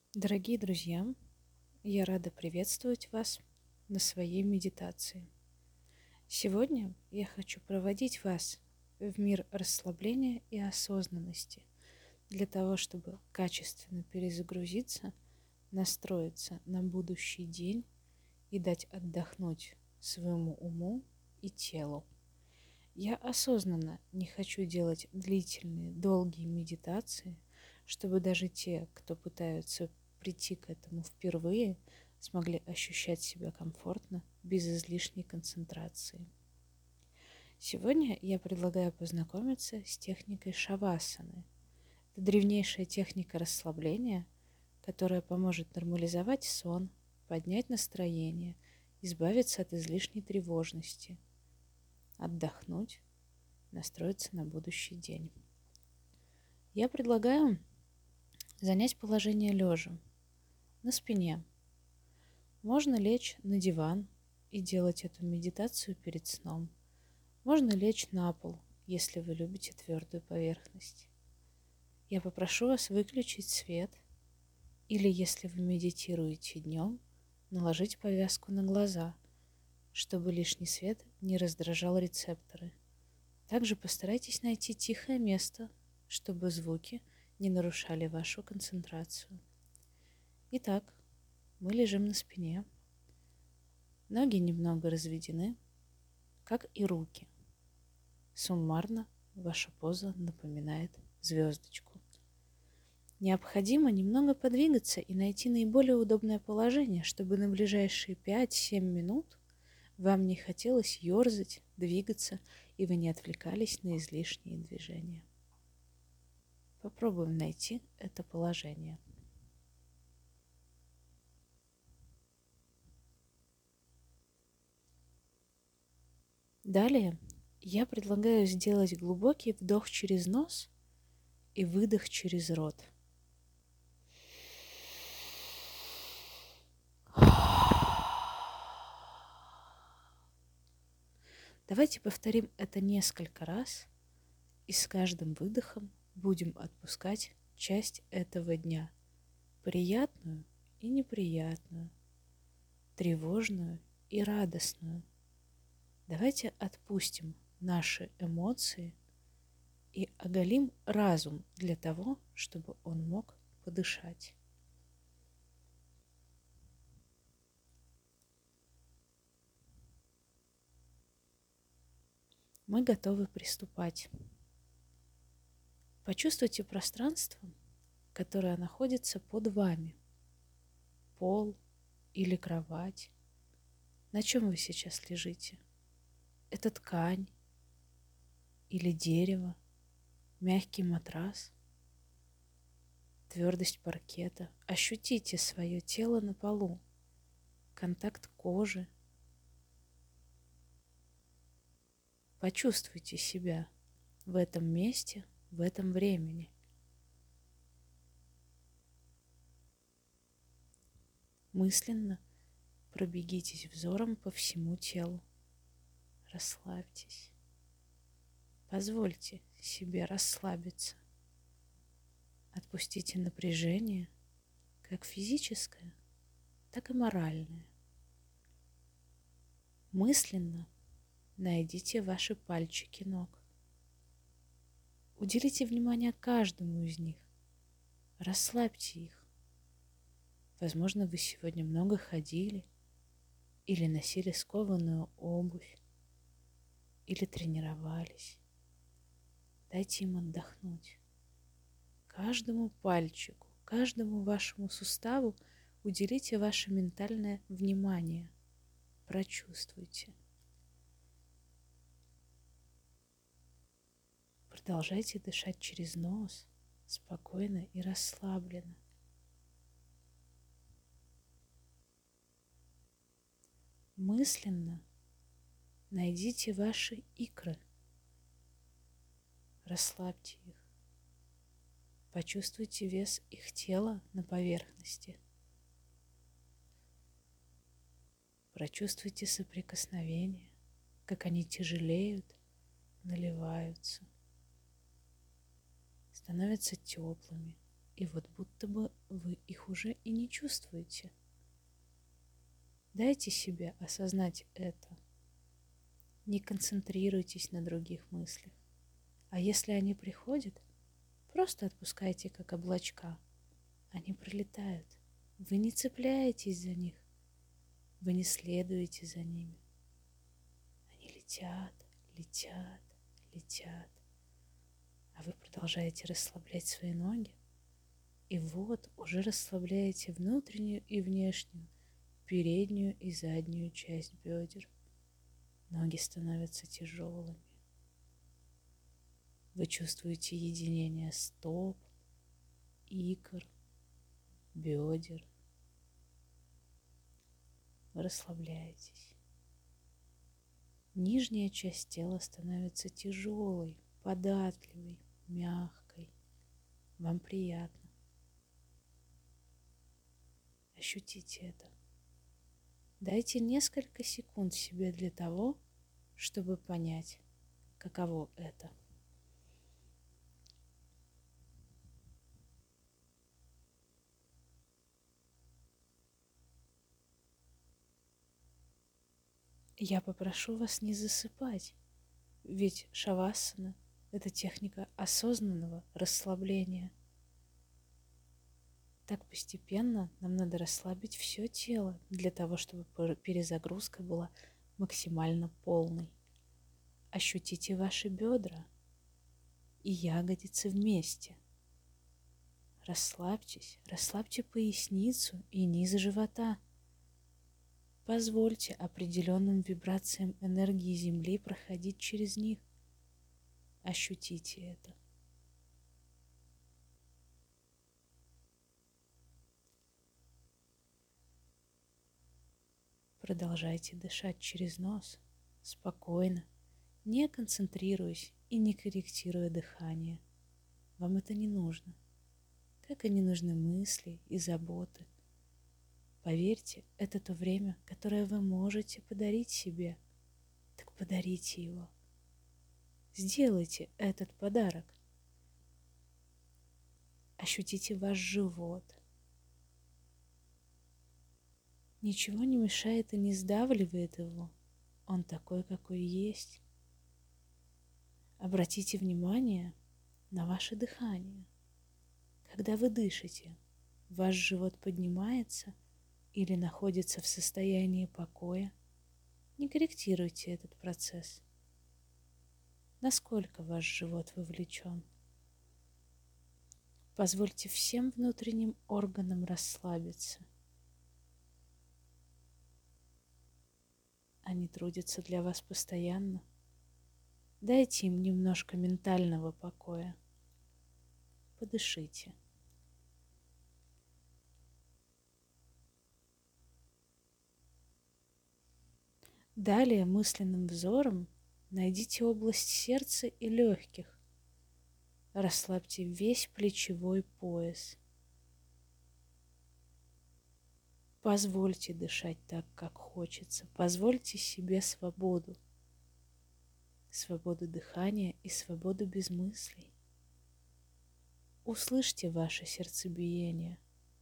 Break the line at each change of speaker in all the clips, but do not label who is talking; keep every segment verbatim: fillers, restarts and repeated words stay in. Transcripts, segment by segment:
Дорогие друзья, я рада приветствовать вас на своей медитации. Сегодня я хочу проводить вас в мир расслабления и осознанности для того, чтобы качественно перезагрузиться, настроиться на будущий день и дать отдохнуть своему уму и телу. Я осознанно не хочу делать длительные, долгие медитации, чтобы даже те, кто пытаются прийти к этому впервые, смогли ощущать себя комфортно, без излишней концентрации. Сегодня я предлагаю познакомиться с техникой шавасаны. Это древнейшая техника расслабления, которая поможет нормализовать сон, поднять настроение, избавиться от излишней тревожности, отдохнуть, настроиться на будущий день. Я предлагаю занять положение лежа на спине. Можно лечь на диван и делать эту медитацию перед сном. Можно лечь на пол, если вы любите твердую поверхность. Я попрошу вас выключить свет или, если вы медитируете днем, наложить повязку на глаза, чтобы лишний свет не раздражал рецепторы. Также постарайтесь найти тихое место, чтобы звуки не нарушали вашу концентрацию. Итак, мы лежим на спине. Ноги немного разведены, как и руки. Суммарно ваша поза напоминает звездочку. Необходимо немного подвигаться и найти наиболее удобное положение, чтобы на ближайшие пять-семь минут вам не хотелось ерзать, двигаться, и вы не отвлекались на излишние движения. Попробуем найти это положение. Далее я предлагаю сделать глубокий вдох через нос и выдох через рот. Давайте повторим это несколько раз, и с каждым выдохом будем отпускать часть этого дня. Приятную и неприятную, тревожную и радостную. Давайте отпустим наши эмоции и оголим разум для того, чтобы он мог подышать. Мы готовы приступать. Почувствуйте пространство, которое находится под вами. Пол или кровать. На чем вы сейчас лежите? Это ткань или дерево, мягкий матрас, твердость паркета. Ощутите свое тело на полу, контакт кожи. Почувствуйте себя в этом месте, в этом времени. Мысленно пробегитесь взором по всему телу. Расслабьтесь. Позвольте себе расслабиться. Отпустите напряжение, как физическое, так и моральное. Мысленно найдите ваши пальчики ног. Уделите внимание каждому из них. Расслабьте их. Возможно, вы сегодня много ходили или носили скованную обувь, или тренировались. Дайте им отдохнуть. Каждому пальчику, каждому вашему суставу уделите ваше ментальное внимание. Прочувствуйте. Продолжайте дышать через нос, спокойно и расслабленно. Мысленно найдите ваши икры. Расслабьте их. Почувствуйте вес их тела на поверхности. Прочувствуйте соприкосновение, как они тяжелеют, наливаются, становятся теплыми и вот будто бы вы их уже и не чувствуете. Дайте себе осознать это. Не концентрируйтесь на других мыслях. А если они приходят, просто отпускайте как облачка. Они пролетают. Вы не цепляетесь за них. Вы не следуете за ними. Они летят, летят, летят. А вы продолжаете расслаблять свои ноги. И вот уже расслабляете внутреннюю и внешнюю, переднюю и заднюю часть бедер. Ноги становятся тяжелыми. Вы чувствуете единение стоп, икр, бедер. Вы расслабляетесь. Нижняя часть тела становится тяжелой, податливой, мягкой. Вам приятно. Ощутите это. Дайте несколько секунд себе для того, чтобы понять, каково это. Я попрошу вас не засыпать, ведь шавасана – это техника осознанного расслабления. Так постепенно нам надо расслабить все тело для того, чтобы перезагрузка была максимально полной. Ощутите ваши бедра и ягодицы вместе. Расслабьтесь, расслабьте поясницу и низ живота. Позвольте определенным вибрациям энергии Земли проходить через них. Ощутите это. Продолжайте дышать через нос, спокойно, не концентрируясь и не корректируя дыхание. Вам это не нужно, как и не нужны мысли и заботы. Поверьте, это то время, которое вы можете подарить себе. Так подарите его. Сделайте этот подарок. Ощутите ваш живот. Ничего не мешает и не сдавливает его. Он такой, какой есть. Обратите внимание на ваше дыхание. Когда вы дышите, ваш живот поднимается или находится в состоянии покоя. Не корректируйте этот процесс. Насколько ваш живот вовлечен? Позвольте всем внутренним органам расслабиться. Они трудятся для вас постоянно. Дайте им немножко ментального покоя. Подышите. Далее мысленным взором найдите область сердца и легких. Расслабьте весь плечевой пояс. Позвольте дышать так, как хочется. Позвольте себе свободу. Свободу дыхания и свободу без мыслей. Услышьте ваше сердцебиение.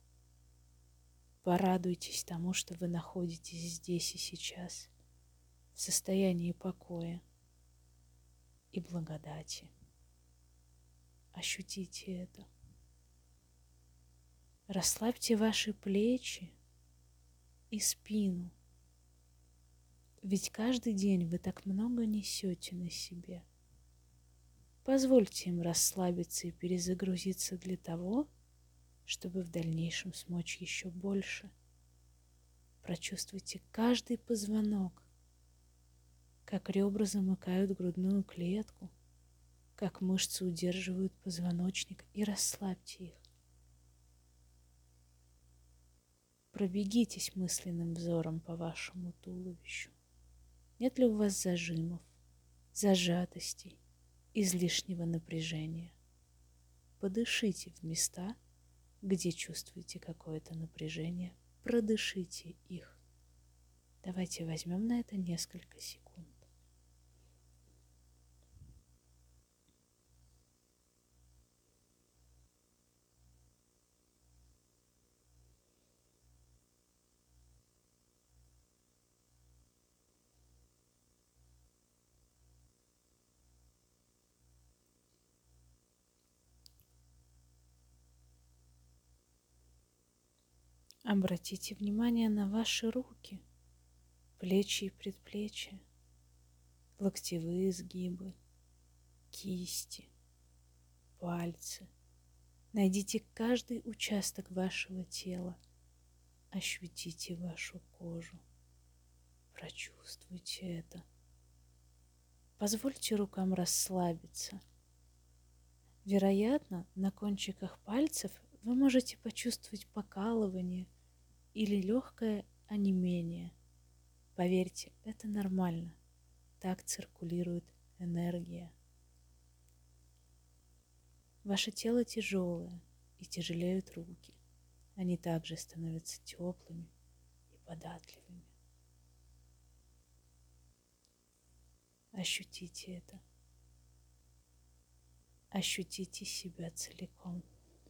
Порадуйтесь тому, что вы находитесь здесь и сейчас, в состоянии покоя и благодати. Ощутите это. Расслабьте ваши плечи и спину. Ведь каждый день вы так много несете на себе. Позвольте им расслабиться и перезагрузиться для того, чтобы в дальнейшем смочь еще больше. Прочувствуйте каждый позвонок, как ребра замыкают грудную клетку, как мышцы удерживают позвоночник, и расслабьте их. Пробегитесь мысленным взором по вашему туловищу. Нет ли у вас зажимов, зажатостей, излишнего напряжения? Подышите в места, где чувствуете какое-то напряжение, продышите их. Давайте возьмем на это несколько секунд. Обратите внимание на ваши руки, плечи и предплечья, локтевые сгибы, кисти, пальцы. Найдите каждый участок вашего тела, ощутите вашу кожу, прочувствуйте это. Позвольте рукам расслабиться. Вероятно, на кончиках пальцев вы можете почувствовать покалывание или легкое онемение. Поверьте, это нормально. Так циркулирует энергия. Ваше тело тяжелое, и тяжелеют руки. Они также становятся теплыми и податливыми. Ощутите это. Ощутите себя целиком.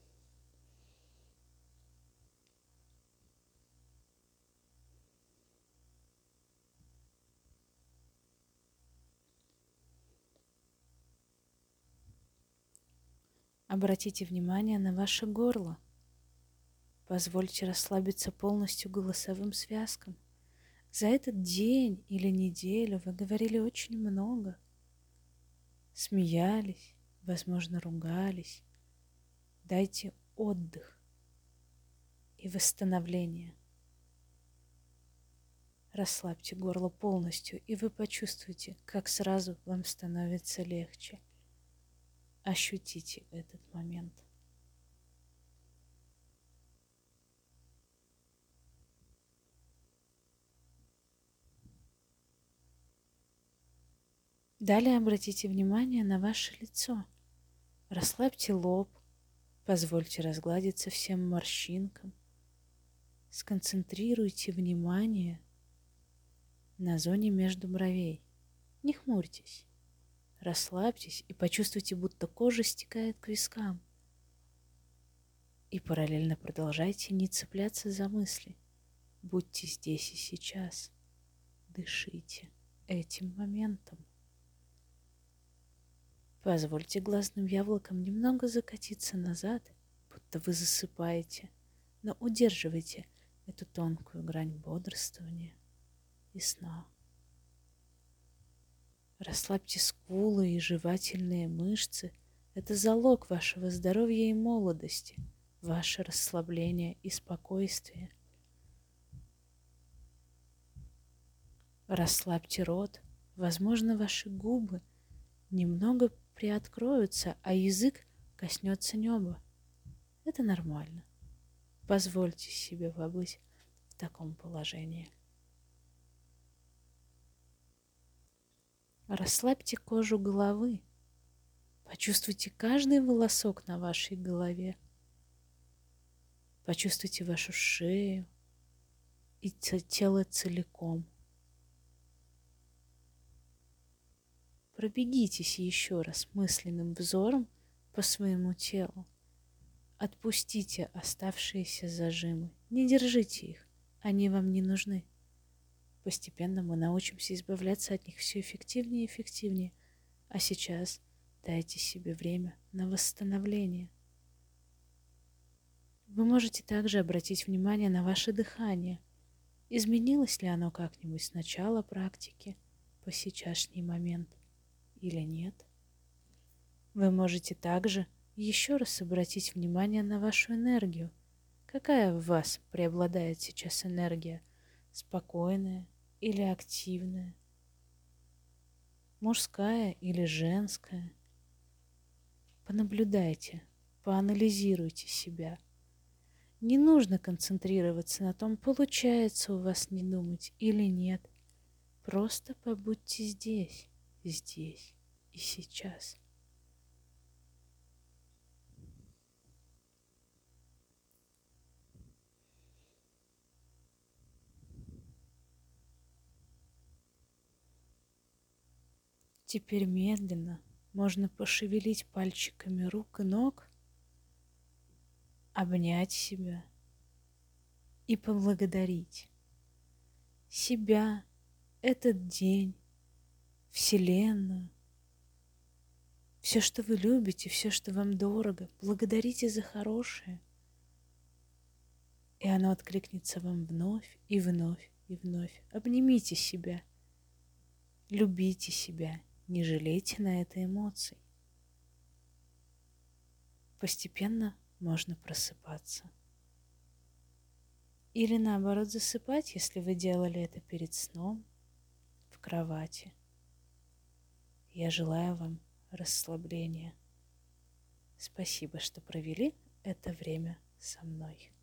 Обратите внимание на ваше горло. Позвольте расслабиться полностью голосовым связкам. За этот день или неделю вы говорили очень много. Смеялись, возможно, ругались. Дайте отдых и восстановление. Расслабьте горло полностью, и вы почувствуете, как сразу вам становится легче. Ощутите этот момент. Далее обратите внимание на ваше лицо. Расслабьте лоб, позвольте разгладиться всем морщинкам. Сконцентрируйте внимание на зоне между бровей. Не хмурьтесь. Расслабьтесь и почувствуйте, будто кожа стекает к вискам. И параллельно продолжайте не цепляться за мысли. Будьте здесь и сейчас. Дышите этим моментом. Позвольте глазным яблокам немного закатиться назад, будто вы засыпаете, но удерживайте эту тонкую грань бодрствования и сна. Расслабьте скулы и жевательные мышцы. Это залог вашего здоровья и молодости, ваше расслабление и спокойствие. Расслабьте рот. Возможно, ваши губы немного приоткроются, а язык коснется неба. Это нормально. Позвольте себе побыть в таком положении. Расслабьте кожу головы. Почувствуйте каждый волосок на вашей голове. Почувствуйте вашу шею и тело целиком. Пробегитесь еще раз мысленным взором по своему телу. Отпустите оставшиеся зажимы. Не держите их, они вам не нужны. Постепенно мы научимся избавляться от них все эффективнее и эффективнее. А сейчас дайте себе время на восстановление. Вы можете также обратить внимание на ваше дыхание. Изменилось ли оно как-нибудь с начала практики по сейчасшний момент или нет? Вы можете также еще раз обратить внимание на вашу энергию. Какая в вас преобладает сейчас энергия? Спокойная или активная? Мужская или женская? Понаблюдайте, поанализируйте себя. Не нужно концентрироваться на том, получается у вас не думать или нет. Просто побудьте здесь, здесь и сейчас. Теперь медленно можно пошевелить пальчиками рук и ног, обнять себя и поблагодарить себя, этот день, Вселенную, все, что вы любите, все, что вам дорого. Благодарите за хорошее. И оно откликнется вам вновь и вновь и вновь. Обнимите себя, любите себя, не жалейте на это эмоций. Постепенно можно просыпаться. Или наоборот засыпать, если вы делали это перед сном в кровати. Я желаю вам расслабления. Спасибо, что провели это время со мной.